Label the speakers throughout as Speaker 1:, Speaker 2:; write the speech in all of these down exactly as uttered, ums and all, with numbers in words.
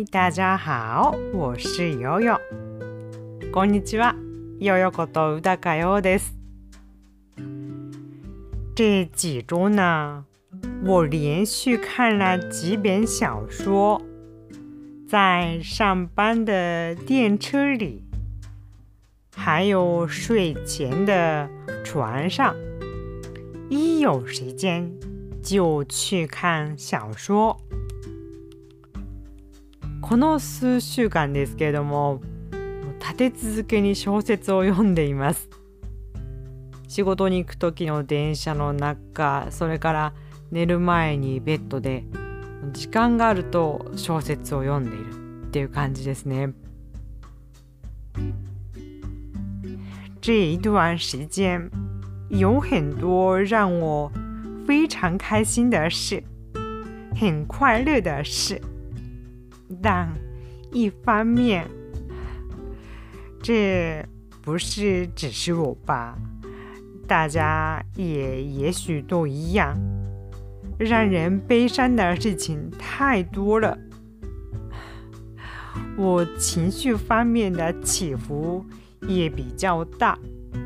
Speaker 1: 嗨，大家好，我是悠悠。こんにちは、悠悠こと宇高悠です。这几周呢，我连续看了几本小说，在上班的电车里，还有睡前的床上，一有时间就去看小说。この数週間ですけれども、立て続けに小説を読んでいます。仕事に行く時の電車の中、それから寝る前にベッドで、時間があると小説を読んでいるっていう感じですね。这一段时间有很多让我非常开心的事，很快乐的事。但一方面，这不是只是我吧，大家也也许都一样，让人悲伤的事情太多了。我情绪方面的起伏也比较大。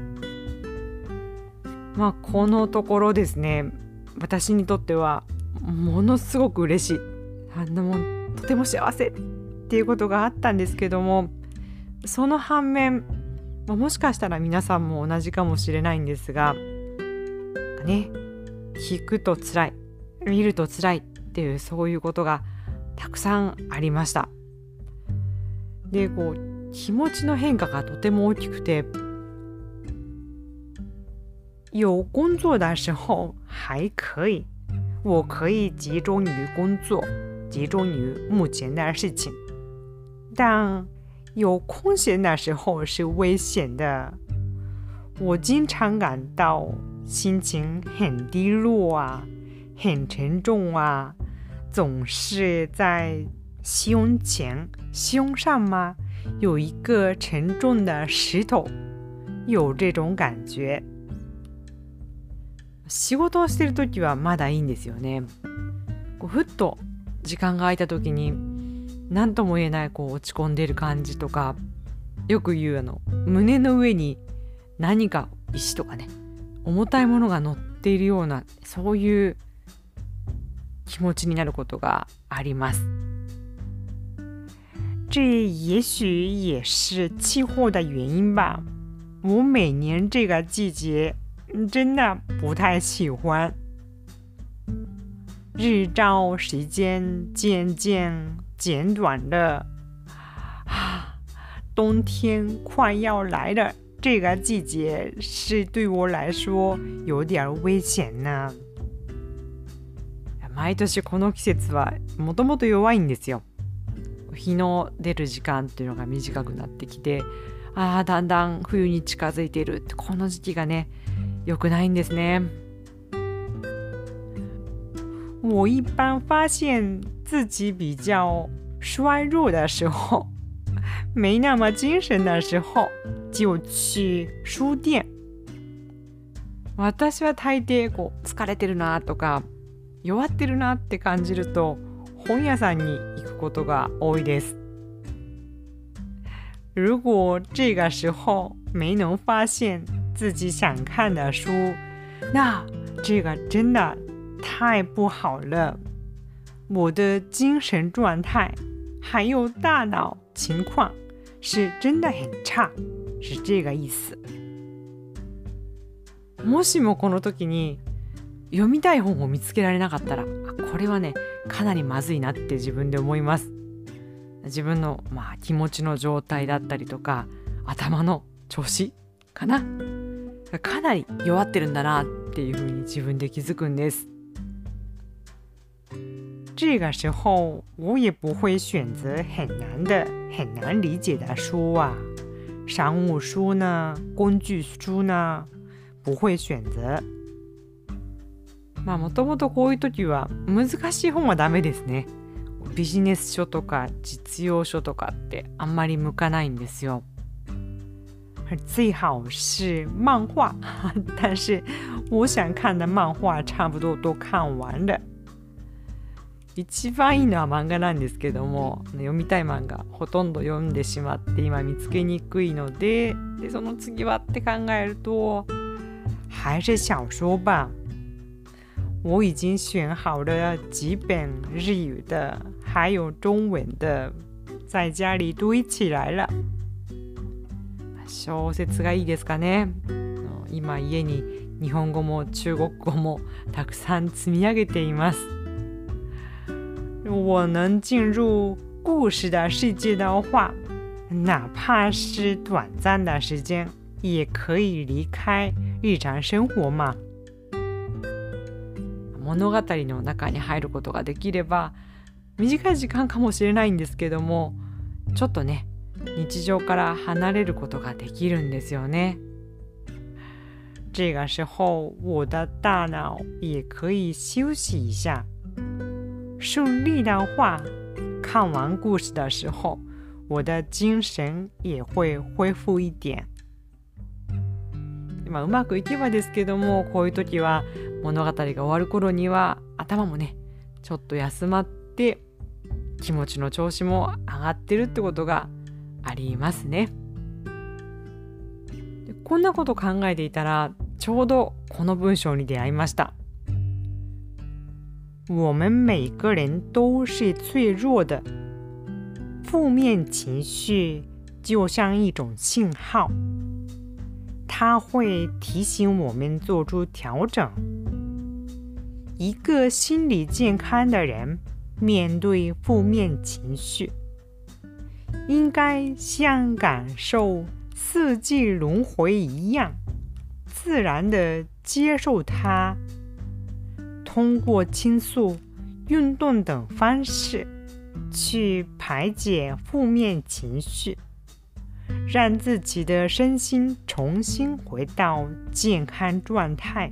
Speaker 1: まあこのところですね、私にとってはものすごく嬉しい。あんなもんとても幸せっていうことがあったんですけども、その反面、もしかしたら皆さんも同じかもしれないんですが、ね、聞くと辛い、見ると辛いっていうそういうことがたくさんありました。で、こう気持ちの変化がとても大きくて、有工作的时候还可以，我可以集中于工作。集中于目前的事情，但有空闲的时候是危险的。我经常感到心情很低落啊，很沉重啊，总是在胸前、胸上吗？有一个沉重的石头，有这种感觉。仕事をしてるときはまだいいんですよね。こうふっと時間が空いた時に何とも言えないこう落ち込んでいる感じとか、よく言うあの胸の上に何か石とかね、重たいものが乗っているような、そういう気持ちになることがあります。这也许也是气候的原因吧。我每年这个季节真的不太喜欢。日照时间渐渐减短了，冬天快要来了，这个季节是对我来说有点危险呢。毎年この季節はもともと弱いんですよ。日の出る時間っていうのが短くなってきて、ああだんだん冬に近づいているって、この時期がね良くないんですね。我一般发现自己比较衰弱的时候，没那么精神的时候，就去書店。私は大抵こう疲れてるなとか弱ってるなって感じると本屋さんに行くことが多いです。如果这个时候没能发现自己想看的书，那这个真的太不好了，我的精神状态还有大脑情况是真的很差，是这个意思。もしもこの時に読みたい本を見つけられなかったら、これはねかなりまずいなって自分で思います。自分の、まあ、気持ちの状態だったりとか頭の調子かな、かなり弱ってるんだなっていうふうに自分で気づくんです。这个时候我也不会选择很难的很难理解的书啊，商务书呢，工具书呢，不会选择。まあもともとこういう時は難しい本はダメですね。ビジネス書とか実用書とかってあんまり向かないんですよ。最好是漫画，但是我想看的漫画差不多都看完了。 一番いいのは漫画なんですけども、読みたい漫画ほとんど読んでしまって今見つけにくいので、でその次はって考えると还是小说吧。我已经选好了几本日语的还有中文的，在家里堆起来了。小説がいいですかね。今家に日本語も中国語もたくさん積み上げています。我能进入故事的世界的话，哪怕是短暂的时间，也可以离开日常生活嘛。物語の中に入ることができれば、短い時間かもしれないんですけども、ちょっとね、日常から離れることができるんですよね。这个时候，我的大脑也可以休息一下。顺利的话，看完故事的时候，我的精神也会恢復一点。まあ、うまくいけばですけども、こういう時は物語が終わる頃には頭もね、ちょっと休まって気持ちの調子も上がってるってことがありますね。でこんなこと考えていたら、ちょうどこの文章に出会いました。我们每个人都是脆弱的，负面情绪就像一种信号，它会提醒我们做出调整。一个心理健康的人面对负面情绪，应该像感受四季轮回一样，自然地接受它。通过倾诉、运动等方式去排解负面情绪，让自己的身心重新回到健康状態。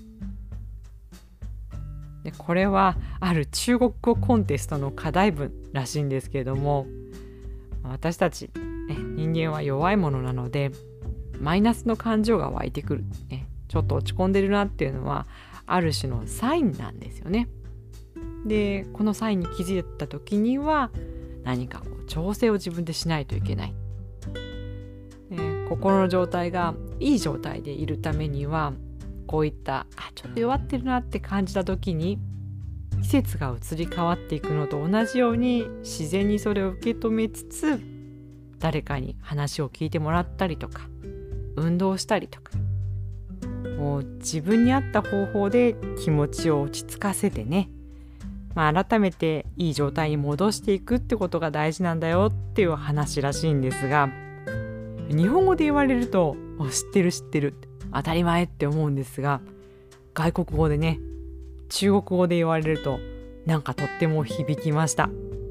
Speaker 1: でこれはある中国語コンテストの課題文らしいんですけれども、私たち、ね、人間は弱いものなので、マイナスの感情が湧いてくる、ね、ちょっと落ち込んでるなっていうのはある種のサインなんですよね。で、このサインに気づいた時には何かこう調整を自分でしないといけない。で、心の状態がいい状態でいるためには、こういったあちょっと弱ってるなって感じた時に、季節が移り変わっていくのと同じように自然にそれを受け止めつつ、誰かに話を聞いてもらったりとか、運動したりとか、もう自分に合った方法で気持ちを落ち着かせてね、まあ、改めていい状態に戻していくってことが大事なんだよっていう話らしいんですが、日本語で言われると知ってる知ってる当たり前って思うんですが、外国語でね、中国語で言われるとなんかとっても響きました。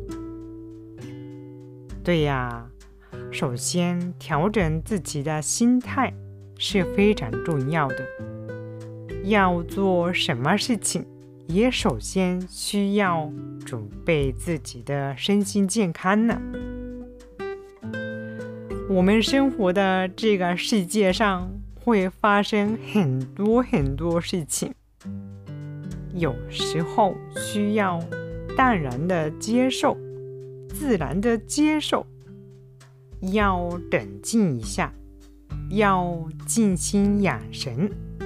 Speaker 1: 对呀，首先調整自己的心態是非常重要的。要做什么事情，也首先需要准备自己的身心健康呢。我们生活的这个世界上会发生很多很多事情，有时候需要淡然的接受，自然的接受，要冷静一下，要静心養神。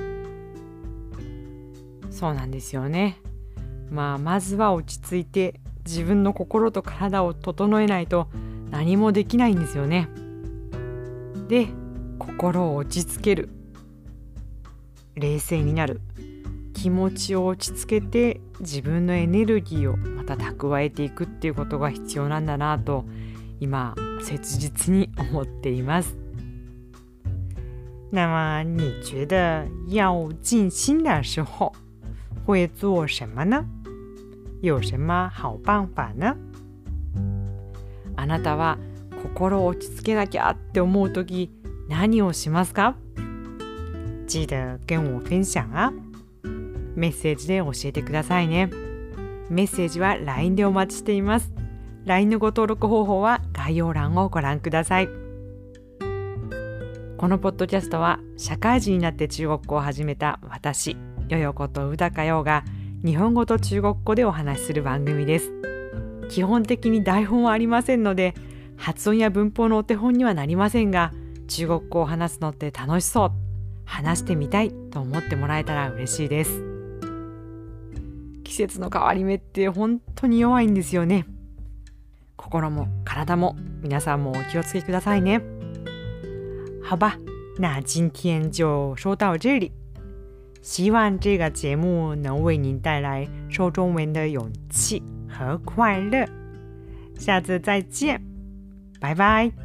Speaker 1: そうなんですよね。まあ、まずは落ち着いて自分の心と体を整えないと何もできないんですよね。で、心を落ち着ける、冷静になる、気持ちを落ち着けて自分のエネルギーをまた蓄えていくっていうことが必要なんだなと今切実に思っています。那么你觉得要静心的时候会做什么呢？有什么好办法呢？あなたは心を落ち着けなきゃって思うとき何をしますか？記得跟我分享啊。メッセージで教えてくださいね。メッセージは ライン でお待ちしています。ライン のご登録方法は概要欄をご覧ください。このポッドキャストは社会人になって中国語を始めた私、よよこと宇高陽が日本語と中国語でお話しする番組です。基本的に台本はありませんので、発音や文法のお手本にはなりませんが、中国語を話すのって楽しそう、話してみたいと思ってもらえたら嬉しいです。季節の変わり目って本当に弱いんですよね。心も体も皆さんもお気をつけくださいね。好吧，那今天就说到这里。希望这个节目能为您带来说中文的勇气和快乐。下次再见，拜拜。